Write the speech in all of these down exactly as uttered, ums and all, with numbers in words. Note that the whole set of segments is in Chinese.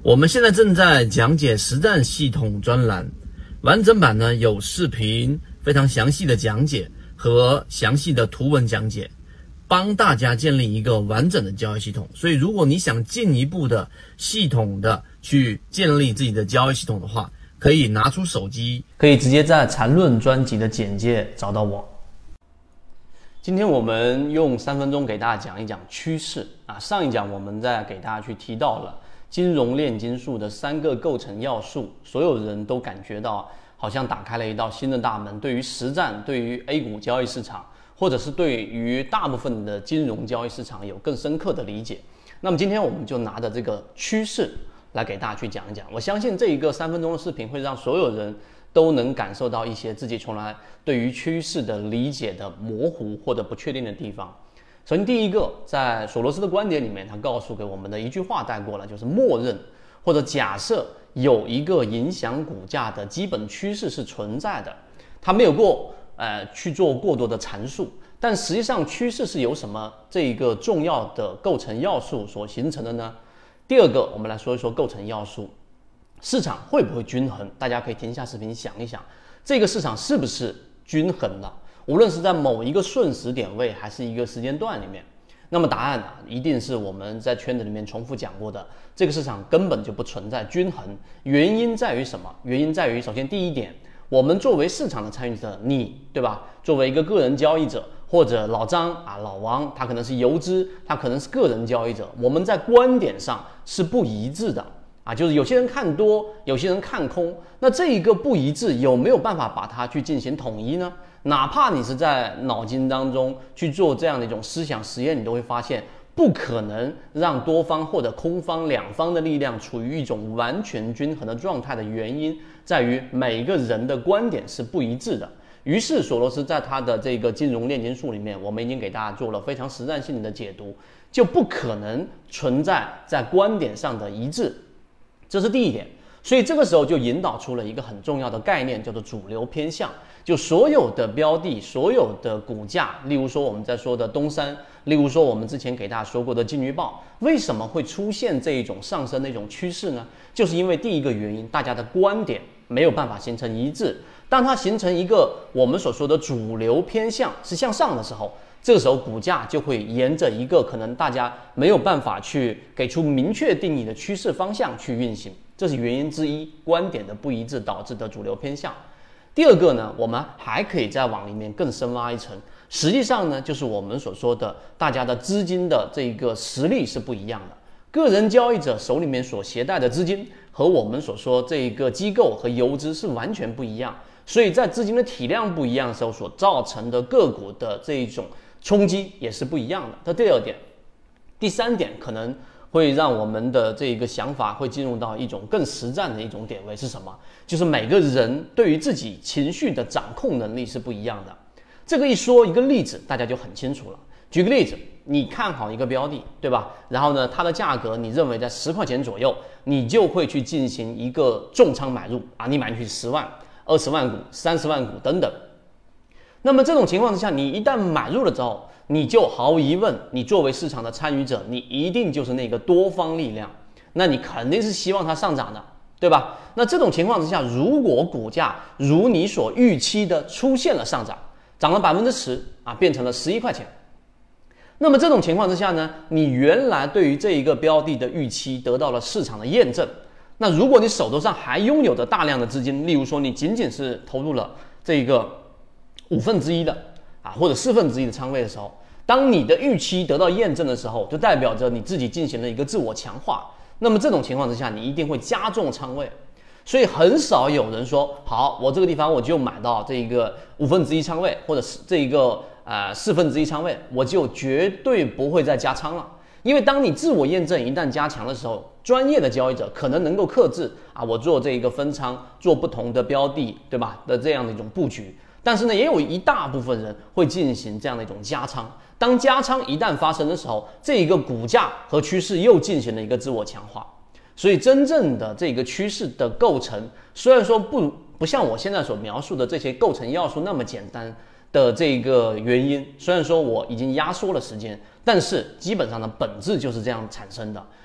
我们现在正在讲解实战系统专栏，完整版呢有视频非常详细的讲解和详细的图文讲解，帮大家建立一个完整的交易系统。所以如果你想进一步的系统的去建立自己的交易系统的话，可以拿出手机， 可以直接在缠论专辑的简介找到我。今天我们用三分钟给大家讲一讲趋势啊。上一讲我们在给大家去提到了金融炼金术的三个构成要素，所有人都感觉到好像打开了一道新的大门，对于实战，对于 A 股交易市场，或者是对于大部分的金融交易市场有更深刻的理解。那么今天我们就拿着这个趋势来给大家去讲一讲。我相信这一个三分钟的视频会让所有人都能感受到一些自己从来对于趋势的理解的模糊或者不确定的地方。首先第一个，在索罗斯的观点里面，他告诉给我们的一句话带过了，就是默认或者假设有一个影响股价的基本趋势是存在的，他没有过呃去做过多的阐述，但实际上趋势是由什么这一个重要的构成要素所形成的呢？第二个，我们来说一说构成要素，市场会不会均衡？大家可以停下视频想一想，这个市场是不是均衡了？无论是在某一个瞬时点位还是一个时间段里面，那么答案啊，一定是我们在圈子里面重复讲过的，这个市场根本就不存在均衡。原因在于什么？原因在于，首先第一点，我们作为市场的参与者，你对吧？作为一个个人交易者，或者老张啊、老王，他可能是游资，他可能是个人交易者，我们在观点上是不一致的啊，就是有些人看多，有些人看空，那这一个不一致有没有办法把它去进行统一呢？哪怕你是在脑筋当中去做这样的一种思想实验，你都会发现不可能让多方或者空方两方的力量处于一种完全均衡的状态的原因在于每一个人的观点是不一致的。于是索罗斯在他的这个金融炼金术里面，我们已经给大家做了非常实战性的解读，就不可能存在在观点上的一致，这是第一点。所以这个时候就引导出了一个很重要的概念，叫做主流偏向。就所有的标的，所有的股价，例如说我们在说的东山，例如说我们之前给大家说过的金鱼报，为什么会出现这一种上升的一种趋势呢？就是因为第一个原因，大家的观点没有办法形成一致。当它形成一个我们所说的主流偏向是向上的时候，这个时候股价就会沿着一个可能大家没有办法去给出明确定义的趋势方向去运行，这是原因之一，观点的不一致导致的主流偏向。第二个呢，我们还可以再往里面更深挖一层，实际上呢，就是我们所说的大家的资金的这个实力是不一样的，个人交易者手里面所携带的资金和我们所说这个机构和游资是完全不一样，所以在资金的体量不一样的时候所造成的个股的这一种冲击也是不一样的。这第二点。第三点可能会让我们的这个想法会进入到一种更实战的一种点位是什么？就是每个人对于自己情绪的掌控能力是不一样的。这个一说一个例子，大家就很清楚了。举个例子，你看好一个标的，对吧？然后呢，它的价格你认为在十块钱左右，你就会去进行一个重仓买入啊，你买进去十万、二十万股、三十万股等等。那么这种情况之下，你一旦买入了之后，你就毫无疑问，你作为市场的参与者，你一定就是那个多方力量，那你肯定是希望它上涨的，对吧？那这种情况之下，如果股价如你所预期的出现了上涨，涨了百分之十啊，变成了十一块钱，那么这种情况之下呢，你原来对于这一个标的的预期得到了市场的验证。那如果你手头上还拥有着大量的资金，例如说你仅仅是投入了这一个五分之一的啊，或者四分之一的仓位的时候，当你的预期得到验证的时候，就代表着你自己进行了一个自我强化。那么这种情况之下，你一定会加重仓位。所以很少有人说，好，我这个地方我就买到这一个五分之一仓位，或者是这一个呃四分之一仓位，我就绝对不会再加仓了。因为当你自我验证一旦加强的时候，专业的交易者可能能够克制啊，我做这一个分仓，做不同的标的，对吧？的这样的一种布局。但是呢，也有一大部分人会进行这样的一种加仓。当加仓一旦发生的时候，这一个股价和趋势又进行了一个自我强化。所以真正的这个趋势的构成，虽然说不不像我现在所描述的这些构成要素那么简单的这个原因，虽然说我已经压缩了时间，但是基本上的本质就是这样产生的。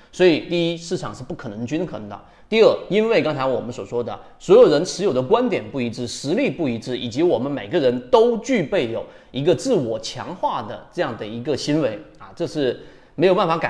所以第一，市场是不可能均衡的；第二，因为刚才我们所说的，所有人持有的观点不一致，实力不一致，以及我们每个人都具备有一个自我强化的这样的一个行为啊，这是没有办法改